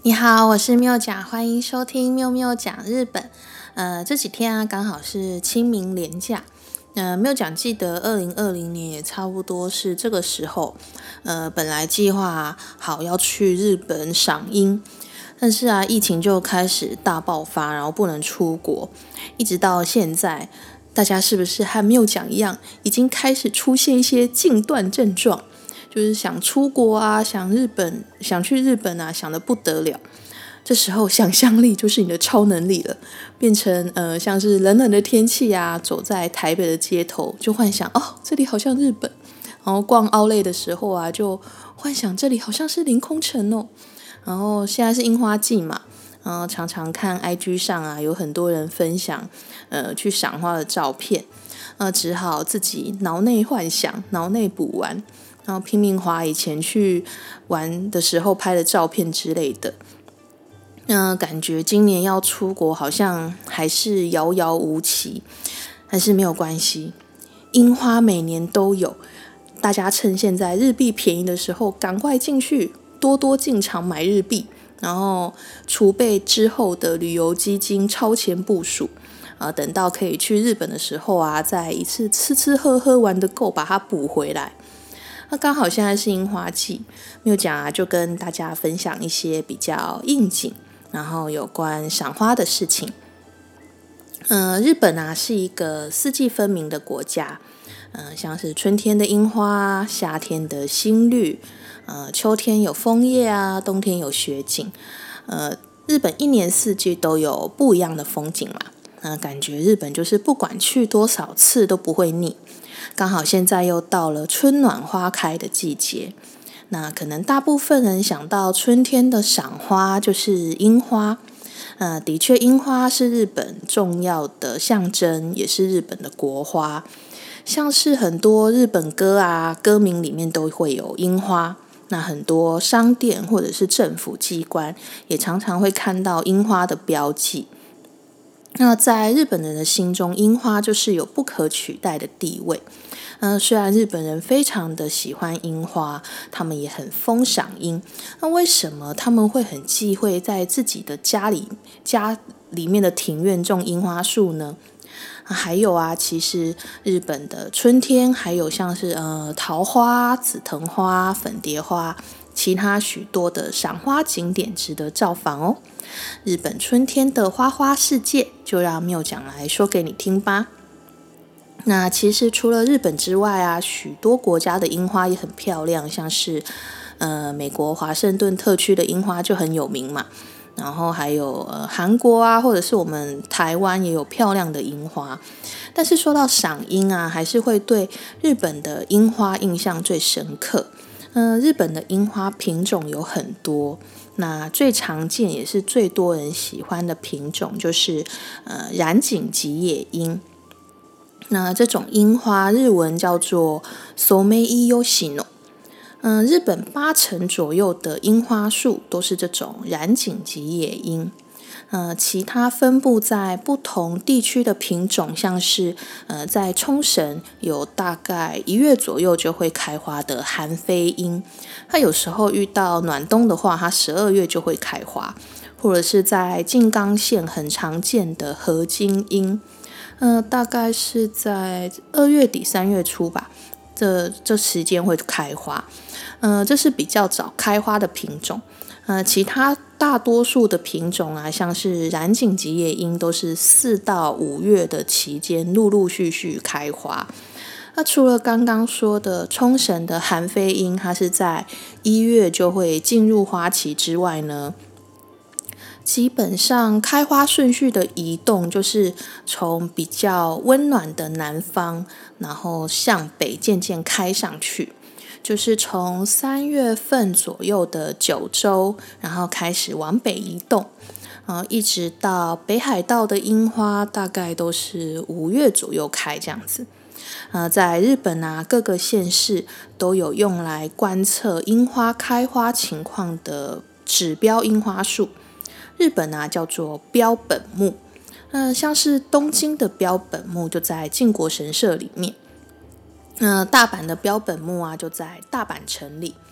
你好，我是缪讲，欢迎收听缪缪讲日本。这几天啊，刚好是清明连假。缪讲记得2020年也差不多是这个时候。本来计划好要去日本赏樱，但是啊，疫情就开始大爆发，然后不能出国，一直到现在，大家是不是和缪讲一样，已经开始出现一些禁断症状？就是想出国啊，想去日本啊，想得不得了。这时候想象力就是你的超能力了，变成像是冷冷的天气啊，走在台北的街头就幻想这里好像日本，然后逛outlet的时候啊，就幻想这里好像是凌空城哦。然后现在是樱花季嘛，然后常常看 IG 上啊，有很多人分享去赏花的照片，只好自己脑内幻想，脑内补完。然后拼命滑以前去玩的时候拍的照片之类的。感觉今年要出国好像还是遥遥无期，但是没有关系，樱花每年都有，大家趁现在日币便宜的时候赶快进去，多多进场买日币，然后储备之后的旅游基金超前部署。等到可以去日本的时候啊，再一次吃吃喝喝玩得够，把它补回来。那刚好现在是樱花季，缪讲啊，就跟大家分享一些比较应景，然后有关赏花的事情。日本啊是一个四季分明的国家，像是春天的樱花，夏天的新绿，秋天有枫叶啊，冬天有雪景。日本一年四季都有不一样的风景嘛，感觉日本就是不管去多少次都不会腻。刚好现在又到了春暖花开的季节，那可能大部分人想到春天的赏花就是樱花。的确，樱花是日本重要的象征，也是日本的国花。像是很多日本歌啊，歌名里面都会有樱花。那很多商店或者是政府机关也常常会看到樱花的标记。那在日本人的心中，樱花就是有不可取代的地位。虽然日本人非常的喜欢樱花，他们也很疯赏樱，那为什么他们会很忌讳在自己的家里面的庭院种樱花树呢？还有啊，其实日本的春天还有像是桃花、紫藤花、粉蝶花，其他许多的赏花景点值得造访哦。日本春天的花花世界，就让缪讲来说给你听吧。那其实除了日本之外啊，许多国家的樱花也很漂亮，像是美国华盛顿特区的樱花就很有名嘛。然后还有韩国啊，或者是我们台湾也有漂亮的樱花。但是说到赏樱啊，还是会对日本的樱花印象最深刻。日本的樱花品种有很多，那最常见也是最多人喜欢的品种就是染井吉野樱。那这种樱花日文叫做 Somei Yoshino。日本80%左右的樱花树都是这种染井吉野樱。其他分布在不同地区的品种，像是在冲绳有大概1月左右就会开花的韩非樱，它有时候遇到暖冬的话，它12月就会开花，或者是在静冈县很常见的河津樱，大概是在2月底3月初吧，这时间会开花。这是比较早开花的品种。其他大多数的品种啊，像是染井吉野樱，都是4到5月的期间陆陆续续开花。那除了刚刚说的冲绳的韩非樱，它是在1月就会进入花期之外呢，基本上开花顺序的移动就是从比较温暖的南方，然后向北渐渐开上去。就是从3月份左右的九州，然后开始往北移动，一直到北海道的樱花大概都是5月左右开这样子。在日本啊，各个县市都有用来观测樱花开花情况的指标樱花树，日本啊叫做标本木。像是东京的标本木就在靖国神社里面。大阪的标本木啊就在大阪城里。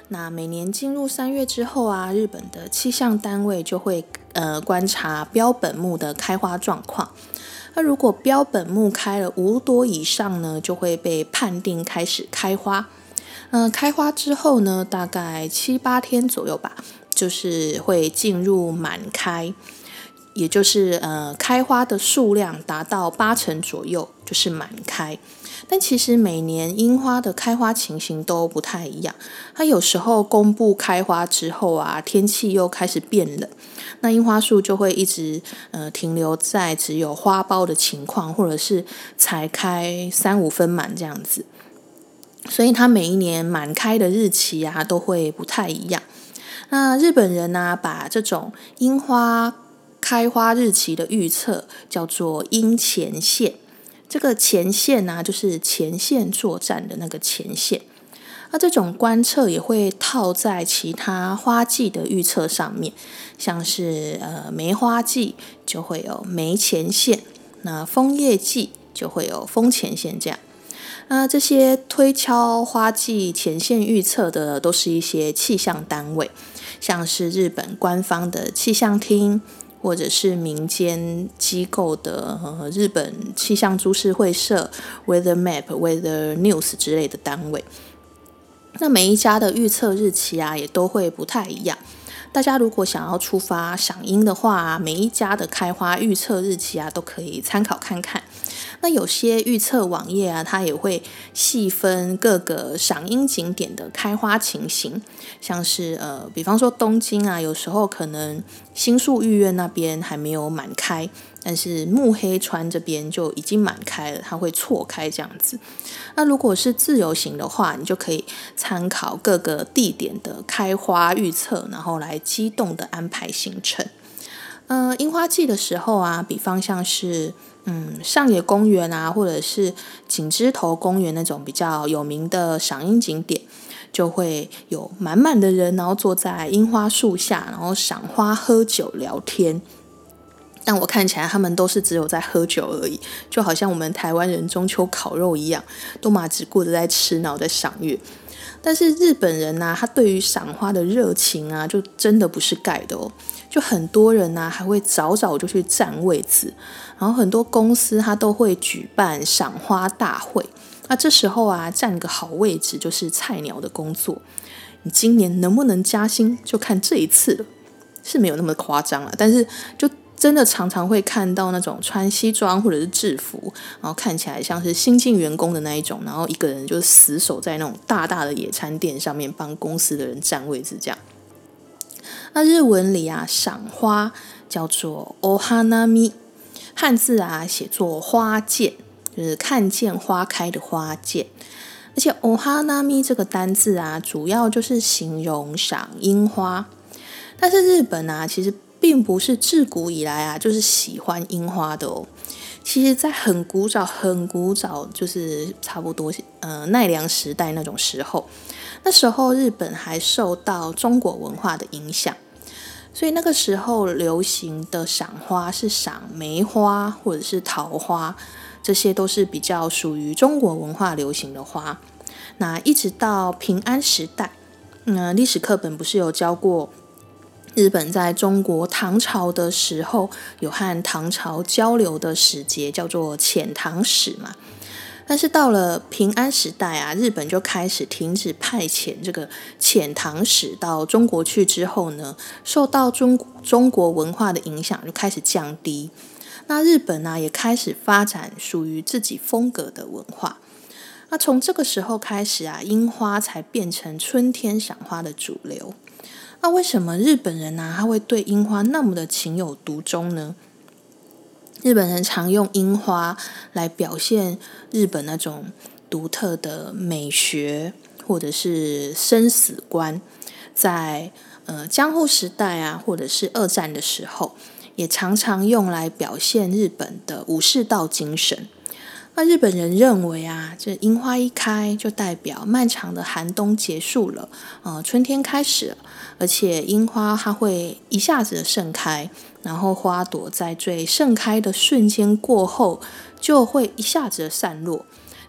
那每年进入3月之后啊，日本的气象单位就会观察标本木的开花状况。那如果标本木开了5朵以上呢，就会被判定开始开花。开花之后呢，大概7-8天左右吧，就是会进入满开，也就是开花的数量达到80%左右，就是满开。但其实每年樱花的开花情形都不太一样，它有时候公布开花之后啊，天气又开始变冷，那樱花树就会一直停留在只有花苞的情况，或者是才开3-5分满这样子。所以它每一年满开的日期啊都会不太一样。那日本人啊，把这种樱花开花日期的预测叫做樱前线。这个前线啊，就是前线作战的那个前线。那这种观测也会套在其他花季的预测上面，像是梅花季就会有梅前线，那枫叶季就会有枫前线这样。那这些推敲花季前线预测的都是一些气象单位，像是日本官方的气象厅，或者是民间机构的日本气象株式会社 Weather Map、Weather News 之类的单位。那每一家的预测日期啊也都会不太一样。大家如果想要出发赏樱的话，每一家的开花预测日期啊都可以参考看看。那有些预测网页啊，它也会细分各个赏樱景点的开花情形，像是比方说东京啊，有时候可能新宿御苑那边还没有满开，但是目黑川这边就已经满开了，它会错开这样子。那如果是自由行的话，你就可以参考各个地点的开花预测，然后来机动的安排行程。樱花季的时候啊，比方像是上野公园啊，或者是景之头公园那种比较有名的赏樱景点，就会有满满的人，然后坐在樱花树下，然后赏花、喝酒、聊天。但我看起来他们都是只有在喝酒而已，就好像我们台湾人中秋烤肉一样，都嘛只顾着在吃，然后在赏月。但是日本人啊，他对于赏花的热情啊，就真的不是盖的哦。就很多人啊，还会早早就去占位置，然后很多公司他都会举办赏花大会。那这时候啊，占个好位置就是菜鸟的工作。你今年能不能加薪，就看这一次了。是没有那么夸张了，但是就真的常常会看到那种穿西装或者是制服，然后看起来像是新进员工的那一种，然后一个人就死守在那种大大的野餐垫上面帮公司的人占位置这样。那日文里啊，赏花叫做 ohanami， 汉字啊写作花见，就是看见花开的花见。而且 ohanami 这个单字啊，主要就是形容赏樱花。但是日本啊，其实并不是自古以来啊就是喜欢樱花的哦。其实在很古早，就是差不多奈良时代那种时候，那时候日本还受到中国文化的影响，所以那个时候流行的赏花是赏梅花或者是桃花，这些都是比较属于中国文化流行的花。那一直到平安时代，历史课本不是有教过日本在中国唐朝的时候有和唐朝交流的使节，叫做遣唐使嘛。但是到了平安时代啊，日本就开始停止派遣这个遣唐使到中国去之后呢，受到中国文化的影响就开始降低。那日本啊也开始发展属于自己风格的文化。那从这个时候开始啊，樱花才变成春天赏花的主流。那为什么日本人啊他会对樱花那么的情有独钟呢？日本人常用樱花来表现日本那种独特的美学或者是生死观。在江户时代啊，或者是二战的时候，也常常用来表现日本的武士道精神。那日本人认为啊，这樱花一开就代表漫长的寒冬结束了，春天开始了，而且樱花它会一下子的盛开，然后花朵在最盛开的瞬间过后就会一下子的散落，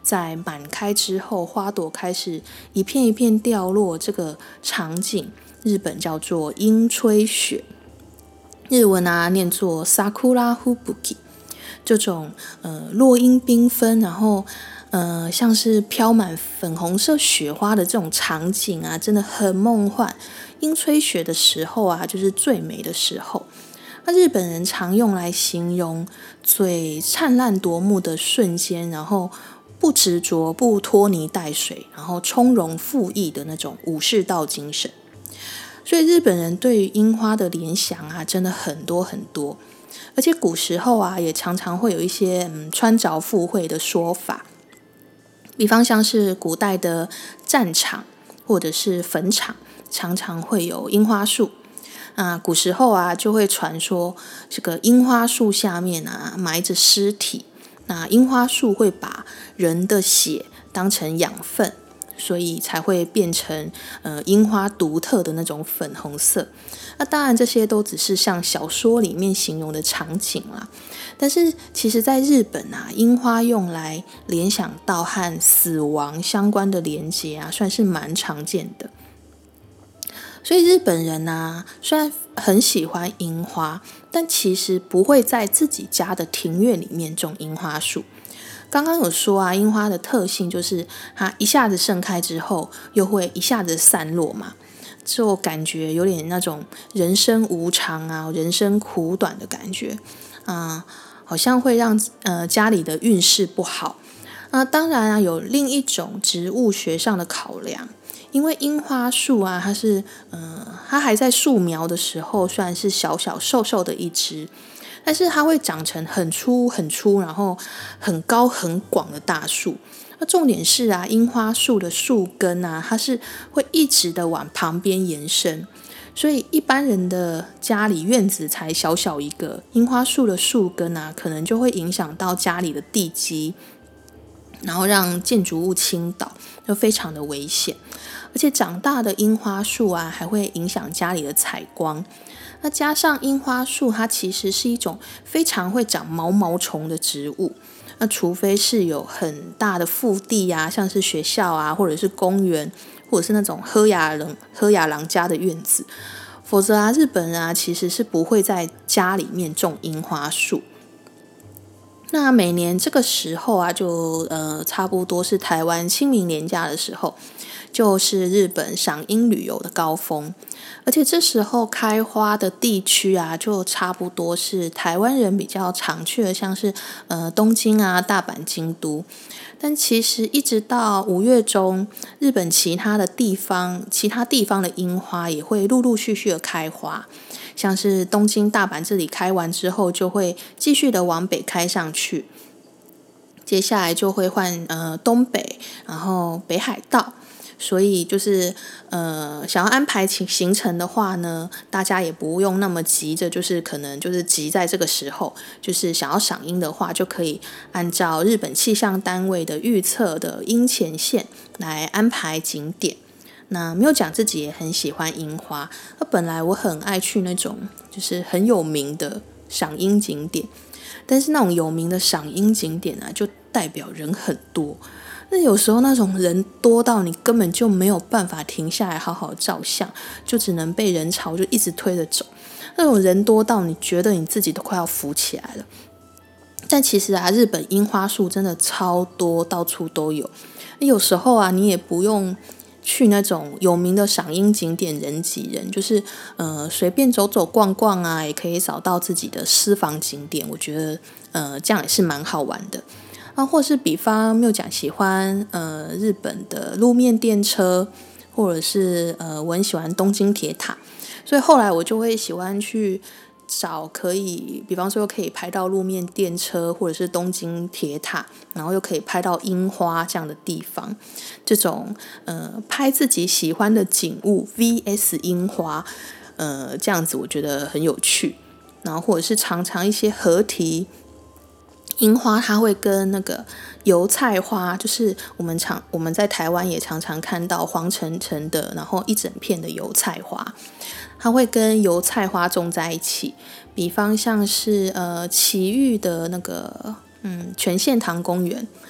在满开之后，花朵开始一片一片掉落，这个场景日本叫做樱吹雪，日文念作 sakura fubuki。这种落樱缤纷，然后像是飘满粉红色雪花的这种场景真的很梦幻。樱吹雪的时候就是最美的时候。那日本人常用来形容最灿烂夺目的瞬间，然后不执着、不拖泥带水，然后从容赴义的那种武士道精神。所以日本人对于樱花的联想真的很多很多。而且古时候也常常会有一些穿凿附会的说法，比方像是古代的战场或者是坟场，常常会有樱花树。古时候就会传说这个樱花树下面埋着尸体，那樱花树会把人的血当成养分，所以才会变成樱花独特的那种粉红色。那当然这些都只是像小说里面形容的场景啦，但是其实在日本樱花用来联想到和死亡相关的连结算是蛮常见的。所以日本人虽然很喜欢樱花，但其实不会在自己家的庭院里面种樱花树。刚刚有说樱花的特性就是它一下子盛开之后又会一下子散落嘛，就感觉有点那种人生无常人生苦短的感觉好像会让家里的运势不好。当然有另一种植物学上的考量，因为樱花树它还在树苗的时候虽然是小小瘦瘦的一只，但是它会长成很粗很粗，然后很高很广的大树。那重点是樱花树的树根它是会一直的往旁边延伸，所以一般人的家里院子才小小一个，樱花树的树根可能就会影响到家里的地基，然后让建筑物倾倒，就非常的危险。而且长大的樱花树还会影响家里的采光。那加上樱花树它其实是一种非常会长毛毛虫的植物，那除非是有很大的腹地像是学校或者是公园，或者是那种喝雅郎家的院子，否则日本人其实是不会在家里面种樱花树。那每年这个时候就差不多是台湾清明连假的时候，就是日本赏樱旅游的高峰。而且这时候开花的地区就差不多是台湾人比较常去的，像是东京大阪、京都。但其实一直到5月中，日本其他地方的樱花也会陆陆续续的开花，像是东京、大阪这里开完之后，就会继续的往北开上去，接下来就会换东北，然后北海道。所以就是想要安排行程的话呢，大家也不用那么急着，就是可能就是急在这个时候，就是想要赏樱的话，就可以按照日本气象单位的预测的樱前线来安排景点。那没有讲自己也很喜欢樱花，本来我很爱去那种就是很有名的赏樱景点，但是那种有名的赏樱景点就代表人很多。那有时候那种人多到你根本就没有办法停下来好好照相，就只能被人潮就一直推着走。那种人多到你觉得你自己都快要浮起来了。但其实日本樱花树真的超多，到处都有。有时候你也不用去那种有名的赏樱景点人挤人，就是随便走走逛逛也可以找到自己的私房景点。我觉得这样也是蛮好玩的。或是比方没有讲喜欢日本的路面电车，或者是我很喜欢东京铁塔，所以后来我就会喜欢去找可以，比方说可以拍到路面电车或者是东京铁塔，然后又可以拍到樱花这样的地方，这种拍自己喜欢的景物 vs 樱花，这样子我觉得很有趣。然后或者是常常一些合体樱花，它会跟那个油菜花，就是我们在台湾也常常看到黄澄澄的，然后一整片的油菜花，它会跟油菜花种在一起。比方像是埼玉的那个全线堂公园，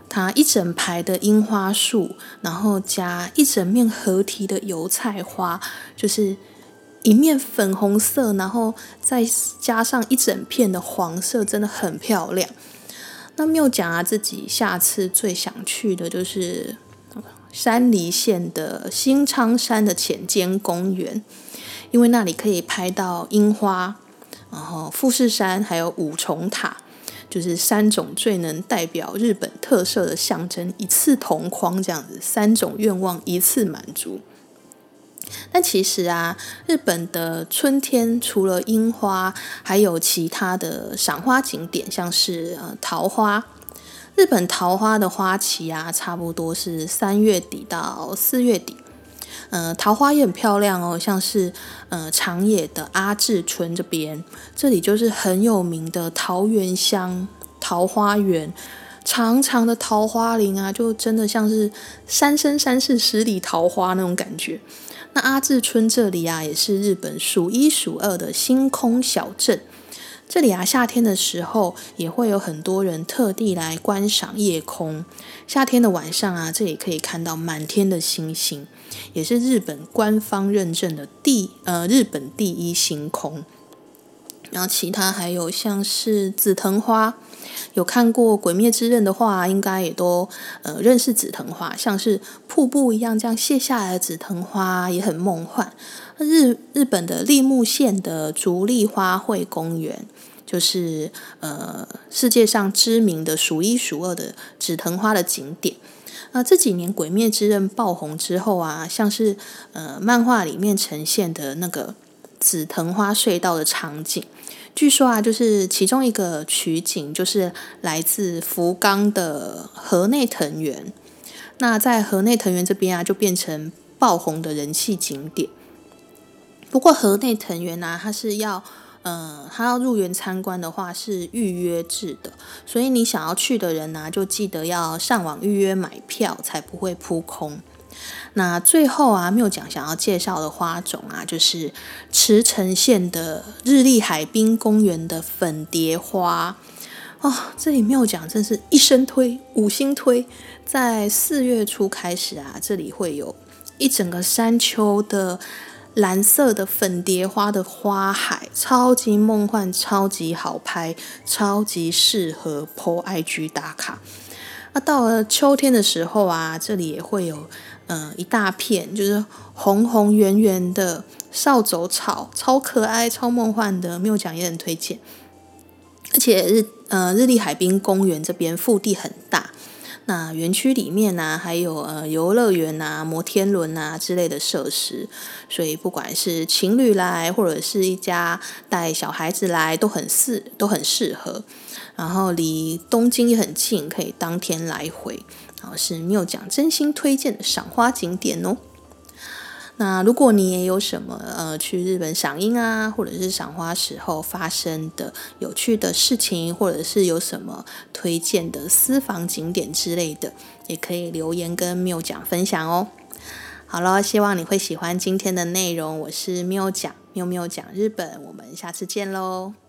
它一整排的樱花树，然后加一整面合体的油菜花，就是一面粉红色，然后再加上一整片的黄色，真的很漂亮。那谬讲啊，自己下次最想去的就是山梨县的新昌山的浅间公园，因为那里可以拍到樱花，然后富士山还有五重塔，就是3种最能代表日本特色的象征一次同框，这样子3种愿望一次满足。但其实啊，日本的春天除了樱花，还有其他的赏花景点，像是桃花。日本桃花的花期啊，差不多是3月底到4月底。桃花也很漂亮哦，像是长野的阿智村这里就是很有名的桃源乡桃花源，长长的桃花林啊，就真的像是三生三世十里桃花那种感觉。那阿智村这里啊，也是日本数1数2的星空小镇。这里啊，夏天的时候也会有很多人特地来观赏夜空。夏天的晚上啊，这里可以看到满天的星星，也是日本官方认证的日本第1星空。然后其他还有像是紫藤花，有看过《鬼灭之刃》的话，应该也都认识紫藤花，像是瀑布一样这样泻下来的紫藤花也很梦幻。日本的立木县的竹立花卉公园，就是世界上知名的数1数2的紫藤花的景点。这几年《鬼灭之刃》爆红之后啊，像是漫画里面呈现的那个紫藤花隧道的场景，据说啊，就是其中一个取景就是来自福冈的河内藤原。那在河内藤原这边啊，就变成爆红的人气景点。不过河内藤原啊，他要入园参观的话是预约制的，所以你想要去的人啊，就记得要上网预约买票，才不会扑空。那最后啊，谬讲想要介绍的花种啊，就是茨城县的日立海滨公园的粉蝶花哦。这里谬讲真是一生推5星推，在4月初开始啊，这里会有一整个山丘的蓝色的粉蝶花的花海，超级梦幻，超级好拍，超级适合 po IG 打卡。到了秋天的时候啊，这里也会有一大片就是红红圆圆的扫帚草，超可爱超梦幻的，谬讲也很推荐。而且日立海滨公园这边腹地很大，那园区里面啊还有游乐园啊、摩天轮啊之类的设施，所以不管是情侣来或者是一家带小孩子来都很适合。然后离东京也很近，可以当天来回。然后是谬讲真心推荐的赏花景点哦。那如果你也有什么去日本赏樱啊，或者是赏花时候发生的有趣的事情，或者是有什么推荐的私房景点之类的，也可以留言跟谬讲分享哦。好了，希望你会喜欢今天的内容。我是谬讲，谬讲日本，我们下次见喽。